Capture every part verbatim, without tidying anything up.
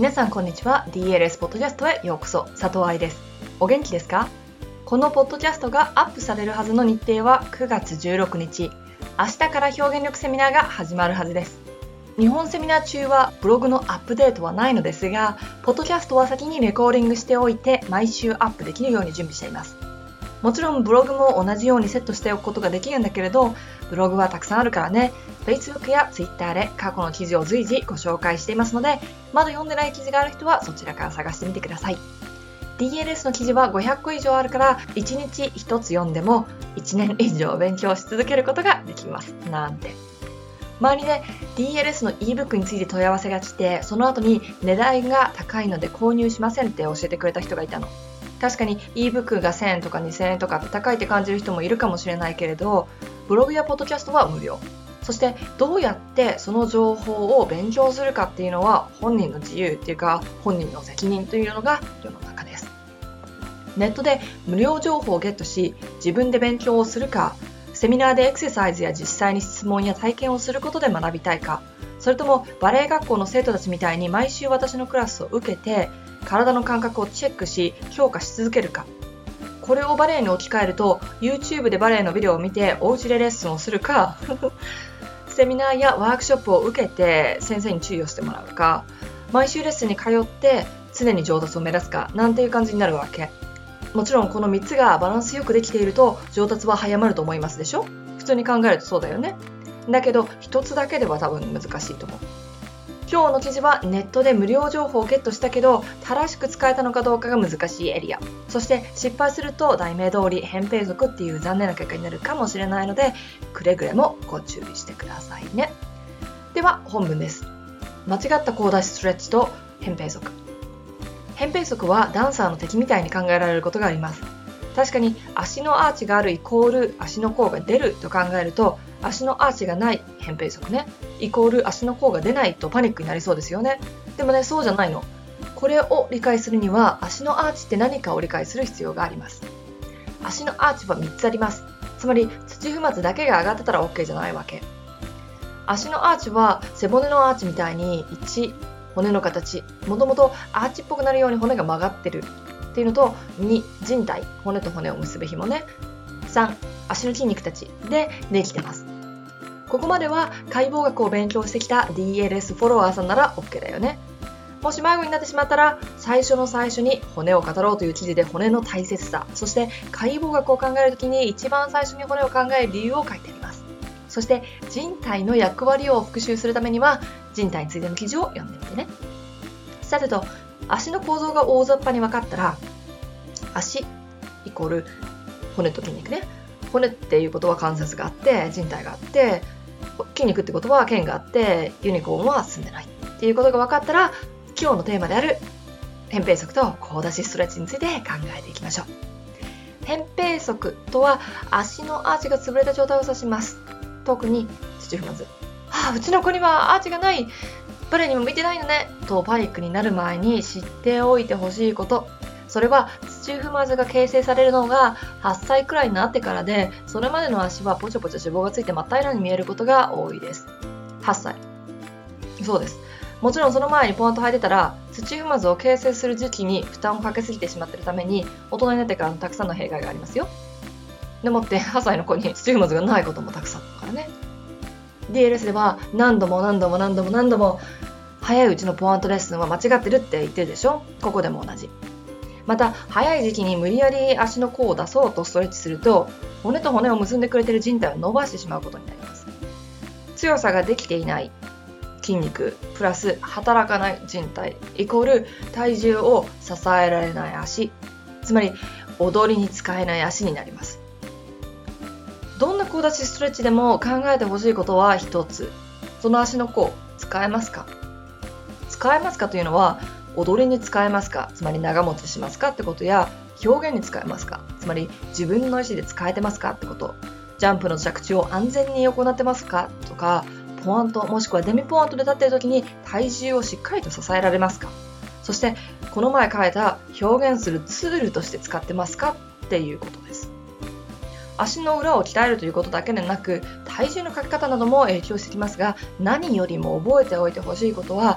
皆さんこんにちは。 ディーエルエス ポッドキャストへようこそ。佐藤愛です。お元気ですか？このポッドキャストがアップされるはずの日程はくがつじゅうろくにち、明日から表現力セミナーが始まるはずです。日本セミナー中はブログのアップデートはないのですが、ポッドキャストは先にレコーディングしておいて毎週アップできるように準備しています。もちろんブログも同じようにセットしておくことができるんだけれど、ブログはたくさんあるからね、Facebook や Twitter で過去の記事を随時ご紹介していますので、まだ読んでない記事がある人はそちらから探してみてください。ディーエルエス の記事はごひゃっこ以上あるから、いちにちひとつ読んでもいちねん以上勉強し続けることができます。なんて。周りで ディーエルエス の ebook について問い合わせが来て、その後に値段が高いので購入しませんって教えてくれた人がいたの。確かに ebook がせんえんとかにせんえんとかって高いって感じる人もいるかもしれないけれど、ブログやポッドキャストは無料。そしてどうやってその情報を勉強するかっていうのは本人の自由っていうか本人の責任というのが世の中です。ネットで無料情報をゲットし自分で勉強をするか、セミナーでエクササイズや実際に質問や体験をすることで学びたいか、それともバレエ学校の生徒たちみたいに毎週私のクラスを受けて体の感覚をチェックし強化し続けるか。これをバレエに置き換えると YouTube でバレエのビデオを見てお家でレッスンをするかセミナーやワークショップを受けて先生に注意をしてもらうか、毎週レッスンに通って常に上達を目指すかなんていう感じになるわけ。もちろんこのみっつがバランスよくできていると上達は早まると思いますでしょ。普通に考えるとそうだよね。だけどひとつだけでは多分難しいと思う。今日の記事はネットで無料情報をゲットしたけど正しく使えたのかどうかが難しいエリア、そして失敗すると題名通り扁平足っていう残念な結果になるかもしれないので、くれぐれもご注意してくださいね。では本文です。間違ったコーダシストレッチと扁平足。扁平足はダンサーの敵みたいに考えられることがあります。確かに足のアーチがあるイコール足の甲が出ると考えると、足のアーチがない扁平足ねイコール足の甲が出ないとパニックになりそうですよね。でもね、そうじゃないの。これを理解するには足のアーチって何かを理解する必要があります。足のアーチはみっつあります。つまり土踏まずだけが上がってたら OK じゃないわけ。足のアーチは背骨のアーチみたいにいち、骨の形、もともとアーチっぽくなるように骨が曲がってるっていうのと、に、人体、骨と骨を結ぶ紐ね、さん、足の筋肉たちでできてます。ここまでは解剖学を勉強してきた ディーエルエス フォロワーさんなら OK だよね。もし迷子になってしまったら、最初の最初に骨を語ろうという記事で骨の大切さ、そして解剖学を考えるときに一番最初に骨を考える理由を書いてあります。そして人体の役割を復習するためには人体についての記事を読んでみてね。さてと、足の構造が大雑把に分かったら、足イコール骨と筋肉ね。骨っていうことは関節があって人体があって、筋肉ってことは腱があってユニコーンは進んでないっていうことが分かったら、今日のテーマである扁平足とコーダシストレッチについて考えていきましょう。扁平足とは足のアーチが潰れた状態を指します。特に土踏まず、はあ、うちの子にはアーチがない、バレエにも向いてないのねとパニックになる前に知っておいてほしいこと、それは土踏まずが形成されるのがはっさいくらいになってからで、それまでの足はポチョポチョ脂肪がついて真っ平らに見えることが多いです。はっさい。そうです。もちろんその前にポンと履いてたら土踏まずを形成する時期に負担をかけすぎてしまっているために大人になってからのたくさんの弊害がありますよ。でもってはっさいの子に土踏まずがないこともたくさんだからね。 ディーエルエス では何度も何度も何度も何度も早いうちのポアントレッスンは間違ってるって言ってるでしょ。ここでも同じ。また早い時期に無理やり足の甲を出そうとストレッチすると、骨と骨を結んでくれている靭帯を伸ばしてしまうことになります。強さができていない筋肉プラス働かない靭帯イコール体重を支えられない足、つまり踊りに使えない足になります。どんなコーダシストレッチでも考えてほしいことは一つ。その足の甲使えますか？使えますかというのは踊りに使えますか、つまり長持ちしますかってことや、表現に使えますか、つまり自分の意思で使えてますかってこと、ジャンプの着地を安全に行ってますかとか、ポアントもしくはデミポアントで立っている時に体重をしっかりと支えられますか、そしてこの前書いた表現するツールとして使ってますかっていうことです。足の裏を鍛えるということだけでなく体重のかけ方なども影響してきますが、何よりも覚えておいてほしいことは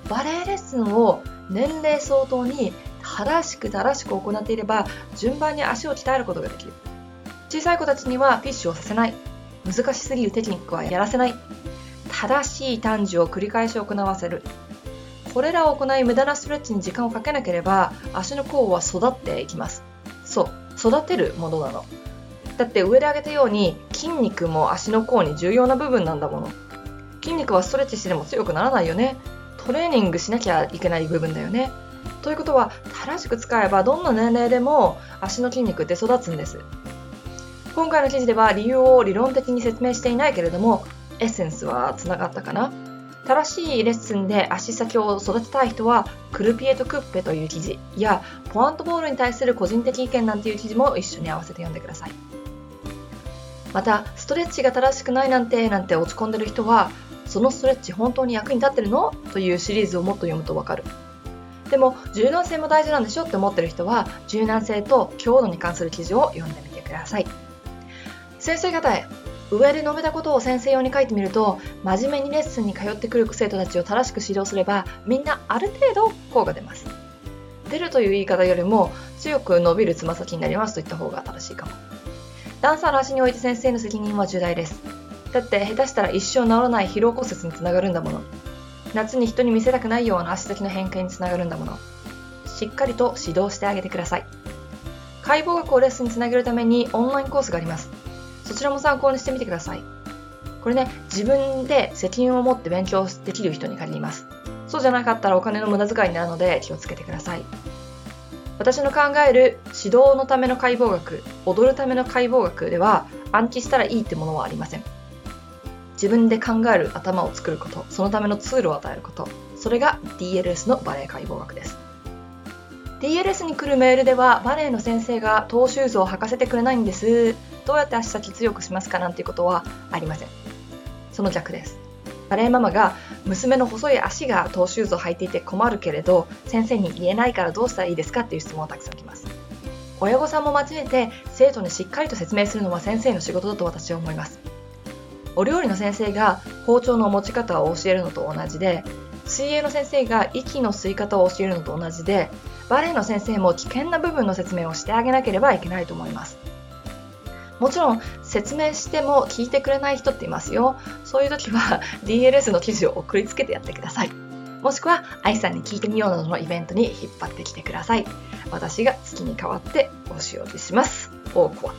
バレエレッスンを年齢相当に正しく正しく行っていれば順番に足を鍛えることができる。小さい子たちにはフィッシュをさせない、難しすぎるテクニックはやらせない、正しい短時を繰り返し行わせる。これらを行い無駄なストレッチに時間をかけなければ足の甲は育っていきます。そう、育てるものなの。だって上で挙げたように筋肉も足の甲に重要な部分なんだもの。筋肉はストレッチしてでも強くならないよね。トレーニングしなきゃいけない部分だよね。ということは正しく使えばどんな年齢でも足の筋肉って育つんです。今回の記事では理由を理論的に説明していないけれども、エッセンスはつながったかな。正しいレッスンで足先を育てたい人はクルピエとクッペという記事やポワントボールに対する個人的意見なんていう記事も一緒に合わせて読んでください。またストレッチが正しくないなんてなんて落ち込んでる人は、そのストレッチ本当に役に立ってるのというシリーズをもっと読むとわかる。でも柔軟性も大事なんでしょって思ってる人は柔軟性と強度に関する記事を読んでみてください。先生方へ、上で述べたことを先生用に書いてみると、真面目にレッスンに通ってくる生徒たちを正しく指導すればみんなある程度効果出ます。出るという言い方よりも強く伸びるつま先になりますと言った方が正しいかも。ダンサーの足において先生の責任は重大です。だって下手したら一生治らない疲労骨折につながるんだもの。夏に人に見せたくないような足先の変化につながるんだもの。しっかりと指導してあげてください。解剖学をレッスンにつなげるためにオンラインコースがあります。そちらも参考にしてみてください。これね、自分で責任を持って勉強できる人に限ります。そうじゃなかったらお金の無駄遣いになるので気をつけてください。私の考える指導のための解剖学、踊るための解剖学では暗記したらいいってものはありません。自分で考える頭を作ること、そのためのツールを与えること、それが ディーエルエス のバレエ解剖学です。ディーエルエス に来るメールではバレエの先生がトーシューズを履かせてくれないんです。どうやって足先強くしますかなんていうことはありません。その逆です。バレエママが娘の細い足がトーシューズを履いていて困るけれど先生に言えないからどうしたらいいですかっていう質問がたくさん来ます。親御さんも交えて生徒にしっかりと説明するのは先生の仕事だと私は思います。お料理の先生が包丁の持ち方を教えるのと同じで、水泳の先生が息の吸い方を教えるのと同じで、バレエの先生も危険な部分の説明をしてあげなければいけないと思います。もちろん説明しても聞いてくれない人っていますよ。そういう時は ディーエルエス の記事を送りつけてやってください。もしくは愛さんに聞いてみようなどのイベントに引っ張ってきてください。私が月に代わってお仕置きします。多くは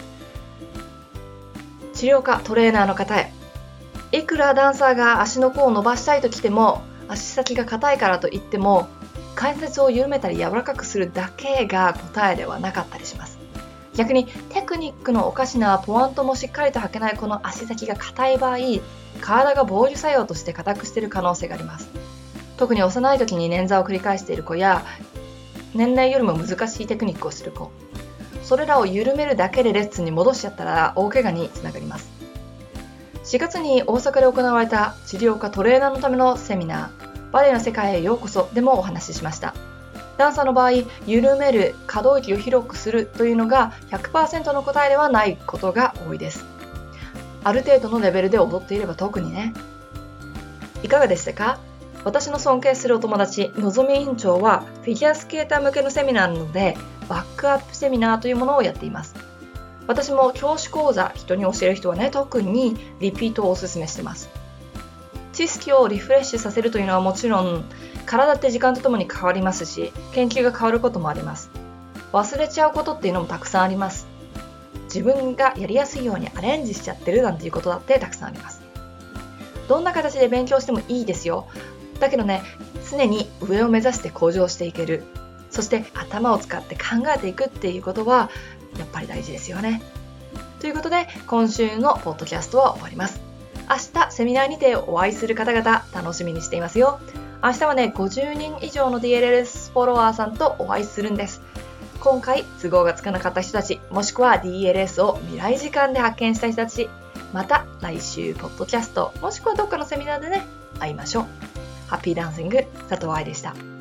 治療家トレーナーの方へ、いくらダンサーが足の甲を伸ばしたいときても足先が硬いからといっても関節を緩めたり柔らかくするだけが答えではなかったりします。逆にテクニックのおかしなポワントもしっかりと履けないこの足先が硬い場合、体が防御作用として硬くしている可能性があります。特に幼い時に捻挫を繰り返している子や年齢よりも難しいテクニックをする子、それらを緩めるだけでレッスンに戻しちゃったら大怪我につながります。しがつに大阪で行われた治療家トレーナーのためのセミナー、バレエの世界へようこそでもお話ししました。ダンサーの場合、緩める、可動域を広くするというのが ひゃくパーセント の答えではないことが多いです。ある程度のレベルで踊っていれば特にね。いかがでしたか？私の尊敬するお友達、のぞみ委員長はフィギュアスケーター向けのセミナーなので、バックアップセミナーというものをやっています。私も教師講座、人に教える人はね、特にリピートをお勧めしてます。知識をリフレッシュさせるというのはもちろん、体って時間とともに変わりますし、研究が変わることもあります。忘れちゃうことっていうのもたくさんあります。自分がやりやすいようにアレンジしちゃってるなんていうことだってたくさんあります。どんな形で勉強してもいいですよ。だけどね、常に上を目指して向上していける。そして頭を使って考えていくっていうことはやっぱり大事ですよね。ということで今週のポッドキャストは終わります。明日セミナーにてお会いする方々楽しみにしていますよ。明日はねごじゅうにん以上の ディーエルエス フォロワーさんとお会いするんです。今回都合がつかなかった人たち、もしくは ディーエルエス を未来時間で発見した人たち、また来週ポッドキャストもしくはどっかのセミナーでね会いましょう。ハッピーダンシング佐藤愛でした。